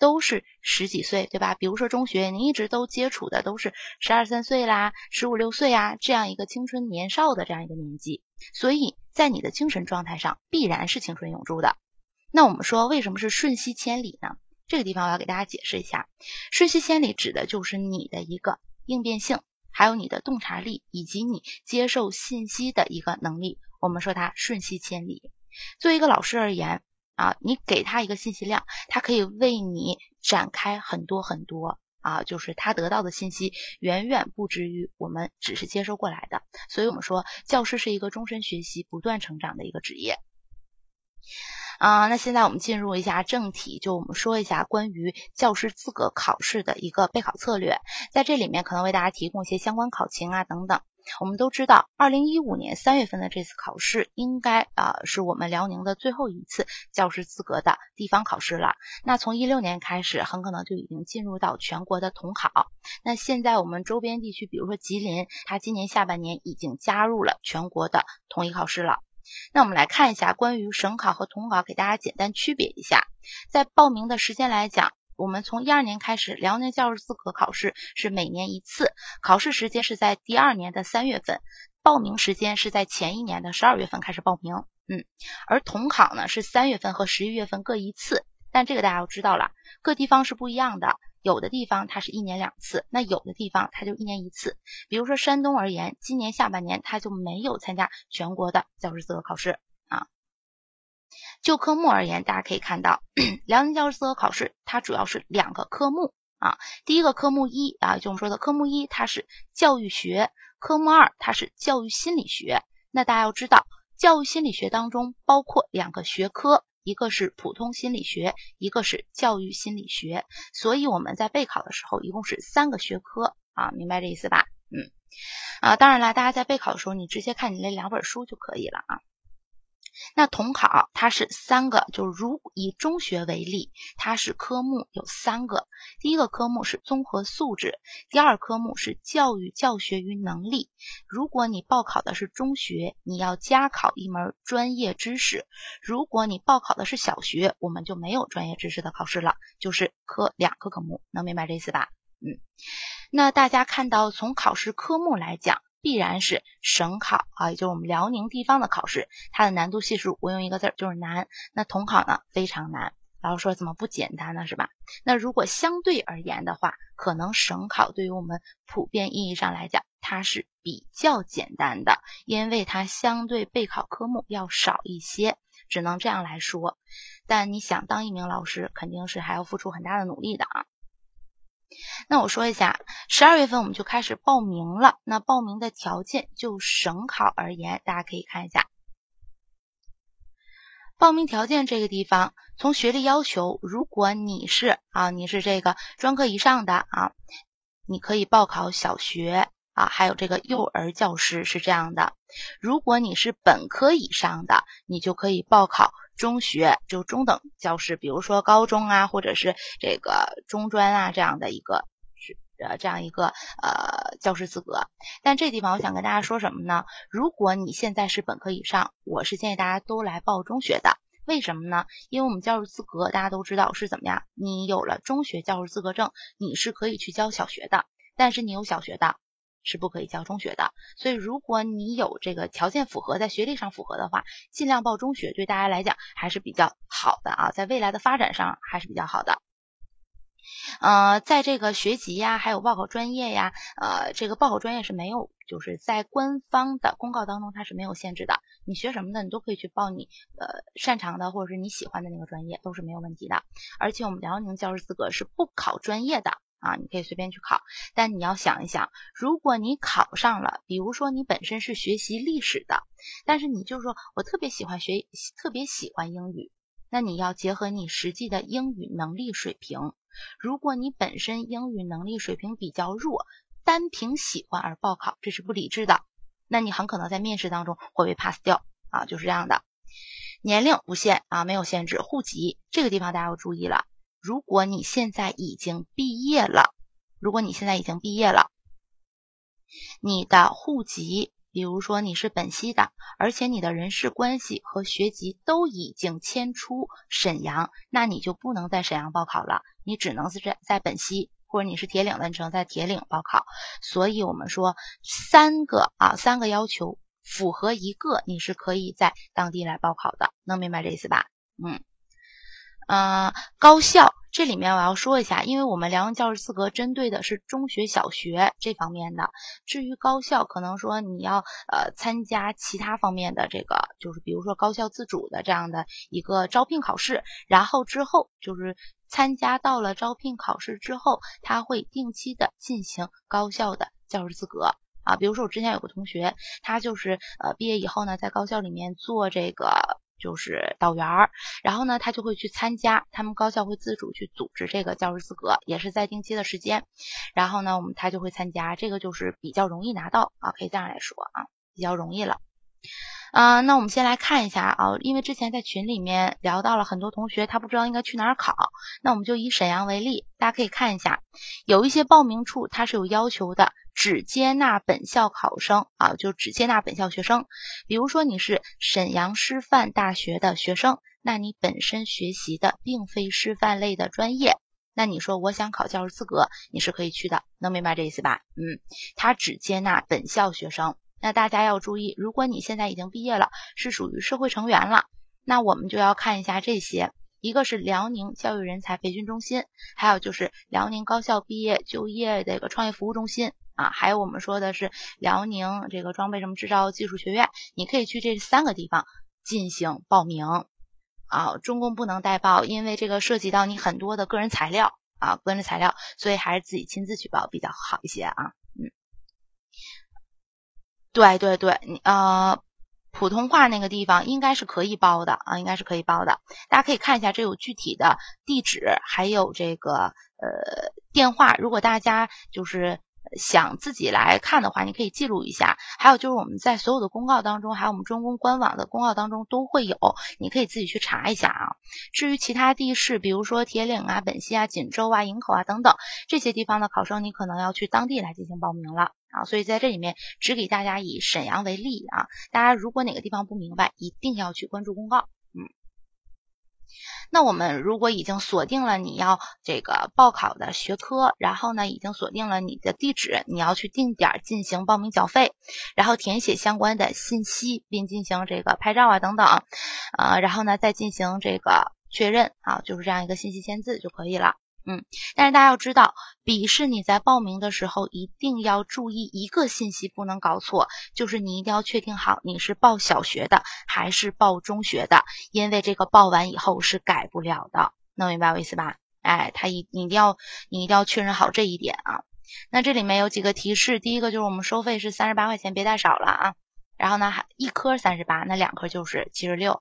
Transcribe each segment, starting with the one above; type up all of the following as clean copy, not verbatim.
都是十几岁，对吧？比如说中学，你一直都接触的都是12、13岁啦，15、16岁啊，这样一个青春年少的这样一个年纪，所以在你的精神状态上必然是青春永驻的。那我们说为什么是瞬息千里呢？这个地方我要给大家解释一下，瞬息千里指的就是你的一个应变性，还有你的洞察力，以及你接受信息的一个能力，我们说它瞬息千里。作为一个老师而言你给他一个信息量，他可以为你展开很多很多就是他得到的信息远远不止于我们只是接收过来的。所以我们说教师是一个终身学习不断成长的一个职业。那现在我们进入一下正题，就我们说一下关于教师资格考试的一个备考策略，在这里面可能为大家提供一些相关考情等等。我们都知道2015年3月份的这次考试应该是我们辽宁的最后一次教师资格的地方考试了。那从16年开始很可能就已经进入到全国的统考。那现在我们周边地区比如说吉林，它今年下半年已经加入了全国的统一考试了。那我们来看一下关于省考和统考，给大家简单区别一下。在报名的时间来讲，我们从12年开始，辽宁教师资格考试是每年一次，考试时间是在第2年的3月份，报名时间是在前一年的12月份开始报名。而统考呢是3月份和11月份各一次，但这个大家要知道了，各地方是不一样的，有的地方它是1年2次，那有的地方它就1年1次。比如说山东而言，今年下半年它就没有参加全国的教师资格考试就科目而言，大家可以看到辽宁教师资格考试它主要是2个科目第一个科目1就我们说的科目1它是教育学，科目2它是教育心理学。那大家要知道，教育心理学当中包括2个学科，一个是普通心理学，一个是教育心理学，所以我们在备考的时候一共是3个学科明白这意思吧？当然了，大家在备考的时候你直接看你那2本书就可以了那统考它是3个，就如以中学为例，它是科目有3个。第一个科目是综合素质，第2科目是教育教学与能力。如果你报考的是中学，你要加考一门专业知识；如果你报考的是小学，我们就没有专业知识的考试了，就是2个科目，能明白这意思吧？那大家看到从考试科目来讲，必然是省考也就是我们辽宁地方的考试，它的难度系数我用一个字就是难。那统考呢非常难，老师说怎么不简单呢，是吧？那如果相对而言的话，可能省考对于我们普遍意义上来讲它是比较简单的，因为它相对备考科目要少一些，只能这样来说。但你想当一名老师肯定是还要付出很大的努力的那我说一下，12月份我们就开始报名了。那报名的条件就省考而言，大家可以看一下报名条件这个地方，从学历要求，如果你是这个专科以上的你可以报考小学还有这个幼儿教师是这样的。如果你是本科以上的，你就可以报考中学，就中等教师，比如说高中或者是这个中专这样的一个教师资格。但这地方我想跟大家说什么呢？如果你现在是本科以上，我是建议大家都来报中学的。为什么呢？因为我们教师资格大家都知道是怎么样，你有了中学教师资格证，你是可以去教小学的，但是你有小学的是不可以教中学的。所以如果你有这个条件符合，在学历上符合的话，尽量报中学，对大家来讲还是比较好的在未来的发展上还是比较好的。在这个学籍还有报考专业这个报考专业是没有，就是在官方的公告当中它是没有限制的，你学什么的你都可以去报你擅长的或者是你喜欢的那个专业，都是没有问题的。而且我们辽宁教师资格是不考专业的你可以随便去考。但你要想一想，如果你考上了，比如说你本身是学习历史的，但是你就是说我特别喜欢英语，那你要结合你实际的英语能力水平。如果你本身英语能力水平比较弱，单凭喜欢而报考，这是不理智的，那你很可能在面试当中会被 pass 掉就是这样的。年龄不限没有限制。户籍这个地方大家要注意了，如果你现在已经毕业了，你的户籍比如说你是本溪的，而且你的人事关系和学籍都已经迁出沈阳，那你就不能在沈阳报考了，你只能是在本溪，或者你是铁岭的，你只能在铁岭报考。所以我们说三个要求符合一个，你是可以在当地来报考的，能明白这意思吧？高校这里面我要说一下，因为我们辽宁教师资格针对的是中学小学这方面的，至于高校可能说你要参加其他方面的这个，就是比如说高校自主的这样的一个招聘考试，然后之后就是参加到了招聘考试之后，他会定期的进行高校的教师资格比如说我之前有个同学，他就是毕业以后呢，在高校里面做这个就是导员，然后呢他就会去参加，他们高校会自主去组织这个教师资格，也是在定期的时间，然后呢他就会参加，这个就是比较容易拿到可以这样来说比较容易了。那我们先来看一下因为之前在群里面聊到了很多同学他不知道应该去哪儿考，那我们就以沈阳为例，大家可以看一下，有一些报名处它是有要求的，只接纳本校考生就只接纳本校学生。比如说你是沈阳师范大学的学生，那你本身学习的并非师范类的专业，那你说我想考教师资格，你是可以去的，能明白这意思吧？他只接纳本校学生。那大家要注意，如果你现在已经毕业了，是属于社会成员了，那我们就要看一下这些，一个是辽宁教育人才培训中心，还有就是辽宁高校毕业就业这个创业服务中心还有我们说的是辽宁这个装备什么制造技术学院，你可以去这3个地方进行报名中公不能代报，因为这个涉及到你很多的个人材料所以还是自己亲自去报比较好一些对，普通话那个地方应该是可以报的应该是可以报的。大家可以看一下，这有具体的地址，还有这个电话。如果大家就是想自己来看的话，你可以记录一下。还有就是我们在所有的公告当中，还有我们中公官网的公告当中都会有，你可以自己去查一下至于其他地市，比如说铁岭本溪锦州营口等等这些地方的考生，你可能要去当地来进行报名了所以在这里面只给大家以沈阳为例大家如果哪个地方不明白，一定要去关注公告那我们如果已经锁定了你要这个报考的学科，然后呢已经锁定了你的地址，你要去定点进行报名缴费，然后填写相关的信息，并进行这个拍照等等然后呢再进行这个确认就是这样一个信息签字就可以了但是大家要知道，笔试你在报名的时候一定要注意一个信息不能搞错，就是你一定要确定好你是报小学的还是报中学的，因为这个报完以后是改不了的，能明白我意思吧？你一定要确认好这一点那这里面有几个提示，第一个就是我们收费是38块钱，别太少了然后呢一科38，那2科就是76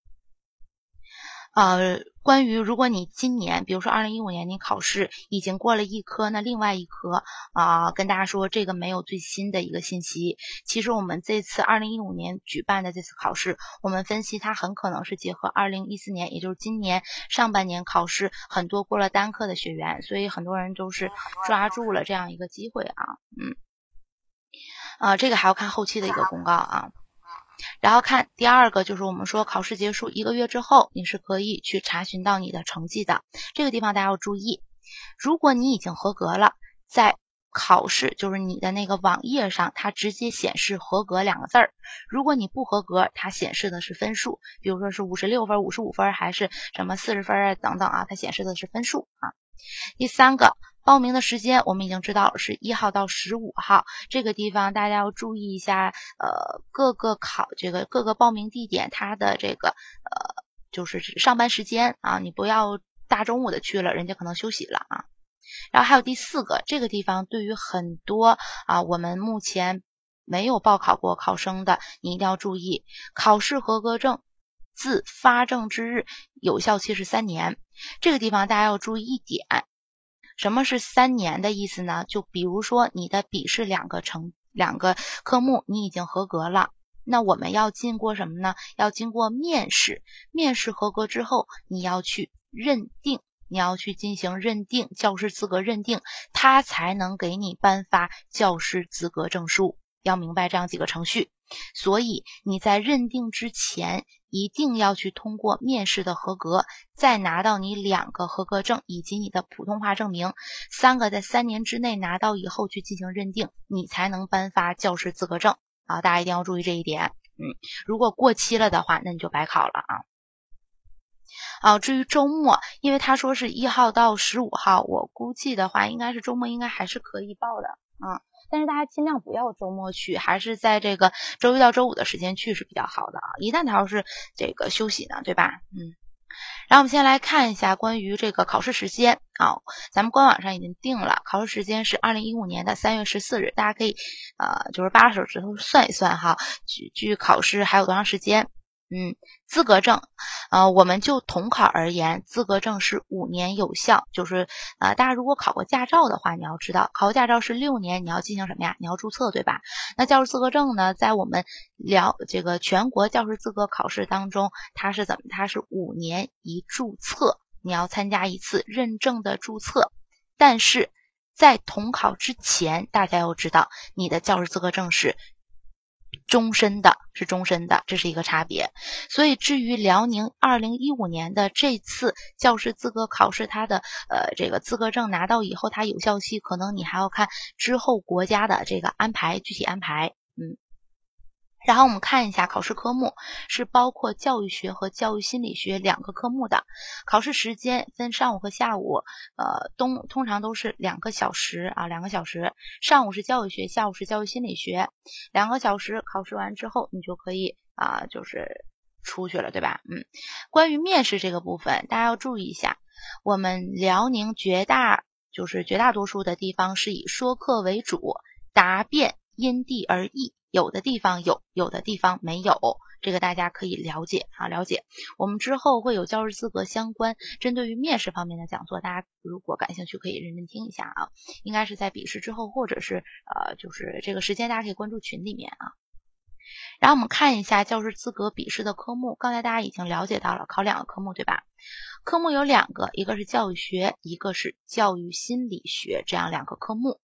关于如果你今年比如说2015年你考试已经过了一科，那另外一科跟大家说这个没有最新的一个信息。其实我们这次2015年举办的这次考试，我们分析它很可能是结合2014年，也就是今年上半年考试很多过了单科的学员，所以很多人都是抓住了这样一个机会这个还要看后期的一个公告然后看第二个，就是我们说考试结束1个月之后，你是可以去查询到你的成绩的。这个地方大家要注意，如果你已经合格了，在考试就是你的那个网页上，它直接显示合格2个字儿。如果你不合格，它显示的是分数，比如说是56分、55分还是什么40分等等它显示的是分数第三个，报名的时间我们已经知道是1号到15号，这个地方大家要注意一下各个报名地点它的这个就是上班时间你不要大中午的去了，人家可能休息了然后还有第4个，这个地方对于很多我们目前没有报考过考生的，你一定要注意，考试合格证自发证之日有效期是3年。这个地方大家要注意一点，什么是3年的意思呢？就比如说你的笔试2个科目你已经合格了，那我们要经过什么呢？要经过面试，面试合格之后你要去认定，你要去进行认定，教师资格认定，它才能给你颁发教师资格证书要明白这样几个程序。所以你在认定之前一定要去通过面试的合格，再拿到你2个合格证以及你的普通话证明，3个在3年之内拿到以后去进行认定，你才能颁发教师资格证啊！大家一定要注意这一点。如果过期了的话，那你就白考了啊。至于周末，因为他说是1号到15号，我估计的话应该是周末应该还是可以报的啊。但是大家尽量不要周末去，还是在这个周一到周五的时间去是比较好的啊。一旦他要是这个休息呢，对吧？然后我们先来看一下关于这个考试时间啊，咱们官网上已经定了，考试时间是2015年的3月14日，大家可以就是扒拉手指头算一算哈，距考试还有多长时间。资格证，我们就统考而言，资格证是5年有效，就是大家如果考过驾照的话，你要知道，考过驾照是6年，你要进行什么呀？你要注册，对吧？那教师资格证呢，在我们这个全国教师资格考试当中，它是5年一注册，你要参加一次认证的注册，但是在统考之前，大家要知道，你的教师资格证是终身的，这是一个差别。所以至于辽宁2015年的这次教师资格考试，它的这个资格证拿到以后，它有效期可能你还要看之后国家的这个具体安排。然后我们看一下考试科目，是包括教育学和教育心理学2个科目的。考试时间分上午和下午，通常都是2个小时啊，2个小时。上午是教育学，下午是教育心理学，2个小时考试完之后，你就可以就是出去了，对吧？关于面试这个部分，大家要注意一下，我们辽宁绝大多数的地方是以说课为主，答辩因地而异。有的地方有的地方没有，这个大家可以了解。我们之后会有教师资格相关针对于面试方面的讲座，大家如果感兴趣可以认真听一下啊。应该是在笔试之后，或者是就是这个时间大家可以关注群里面啊。然后我们看一下教师资格笔试的科目，刚才大家已经了解到了，考2个科目，对吧？科目有2个，一个是教育学，一个是教育心理学，这样2个科目。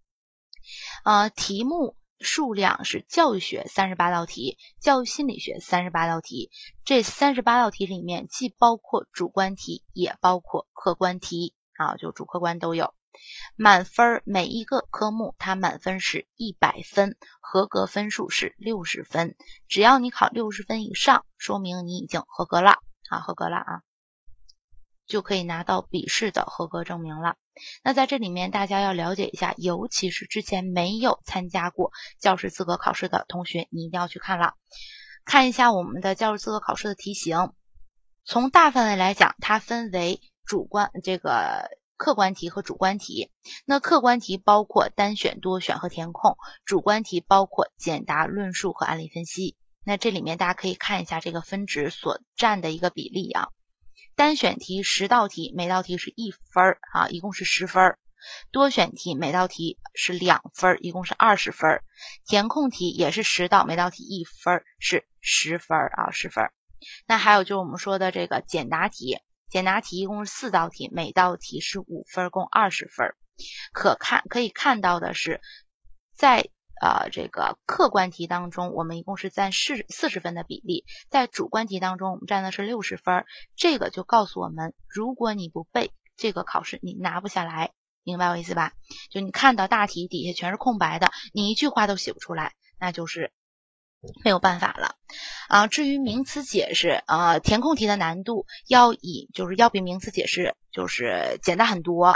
题目数量是教育学38道题，教育心理学38道题。这38道题里面既包括主观题，也包括客观题啊，就主客观都有。满分每一个科目它满分是100分，合格分数是60分。只要你考60分以上，说明你已经合格了啊，就可以拿到笔试的合格证明了。那在这里面大家要了解一下，尤其是之前没有参加过教师资格考试的同学，你一定要去看一下我们的教师资格考试的题型。从大范围来讲，它分为客观题和主观题。那客观题包括单选、多选和填空，主观题包括简答、论述和案例分析。那这里面大家可以看一下这个分值所占的一个比例啊。单选题10道题，每道题是1分啊，一共是10分。多选题每道题是2分，一共是20分。填空题也是10道，每道题1分，是10分啊，10分。那还有就是我们说的这个简答题一共是4道题，每道题是5分，共20分。可以看到的是，在这个客观题当中，我们一共是占40分的比例，在主观题当中我们占的是60分。这个就告诉我们，如果你不背，这个考试你拿不下来，明白我意思吧？就你看到大题底下全是空白的，你一句话都写不出来，那就是没有办法了至于名词解释填空题的难度要比名词解释就是简单很多。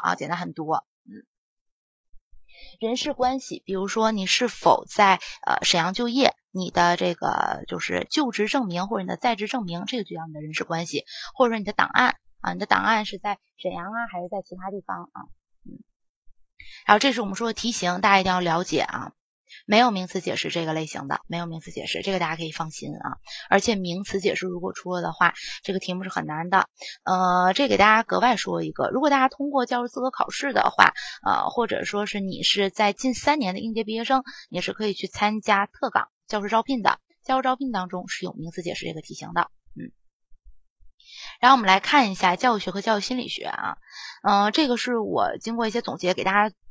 人事关系，比如说你是否在沈阳就业，你的这个就是就职证明或者你的在职证明，这个就叫你的人事关系，或者说你的档案你的档案是在沈阳还是在其他地方然后这是我们说的题型，大家一定要了解没有名词解释这个类型的，没有名词解释，这个大家可以放心而且名词解释如果出了的话，这个题目是很难的。这给大家格外说一个，如果大家通过教师资格考试的话，或者说是你是在近3年的应届毕业生，你是可以去参加特岗教师招聘的，教师招聘当中是有名词解释这个题型的。然后我们来看一下教育学和教育心理学这个是我经过一些总结给大家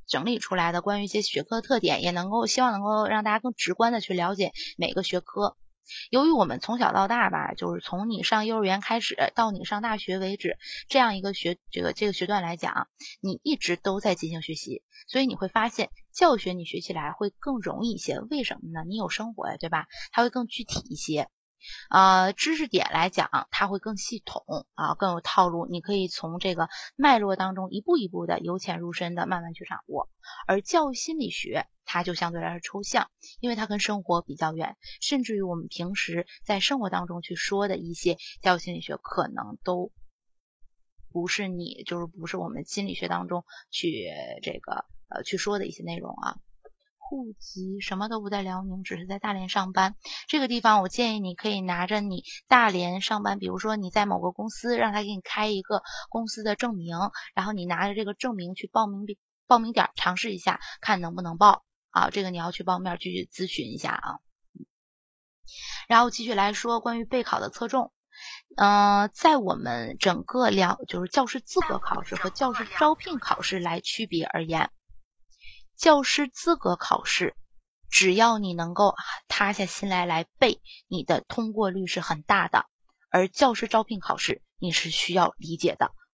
整理出来的关于一些学科特点，也希望能够让大家更直观的去了解每个学科。由于我们从小到大吧，就是从你上幼儿园开始到你上大学为止，这样一个这个学段来讲，你一直都在进行学习，所以你会发现教学你学起来会更容易一些。为什么呢？你有生活呀，对吧？它会更具体一些。知识点来讲，它会更系统更有套路，你可以从这个脉络当中一步一步的由浅入深的慢慢去掌握。而教育心理学它就相对来说抽象，因为它跟生活比较远，甚至于我们平时在生活当中去说的一些教育心理学可能都不是不是我们心理学当中去去说的一些内容啊。户籍什么都不在辽宁，只是在大连上班。这个地方我建议你可以拿着你大连上班，比如说你在某个公司，让他给你开一个公司的证明，然后你拿着这个证明去报名点尝试一下，看能不能报啊。这个你要去报面去咨询一下啊。然后继续来说关于备考的侧重。在我们整个就是教师资格考试和教师招聘考试来区别而言，教师资格考试只要你能够塌下心来背，你的通过率是很大的。而教师招聘考试你是需要理解的，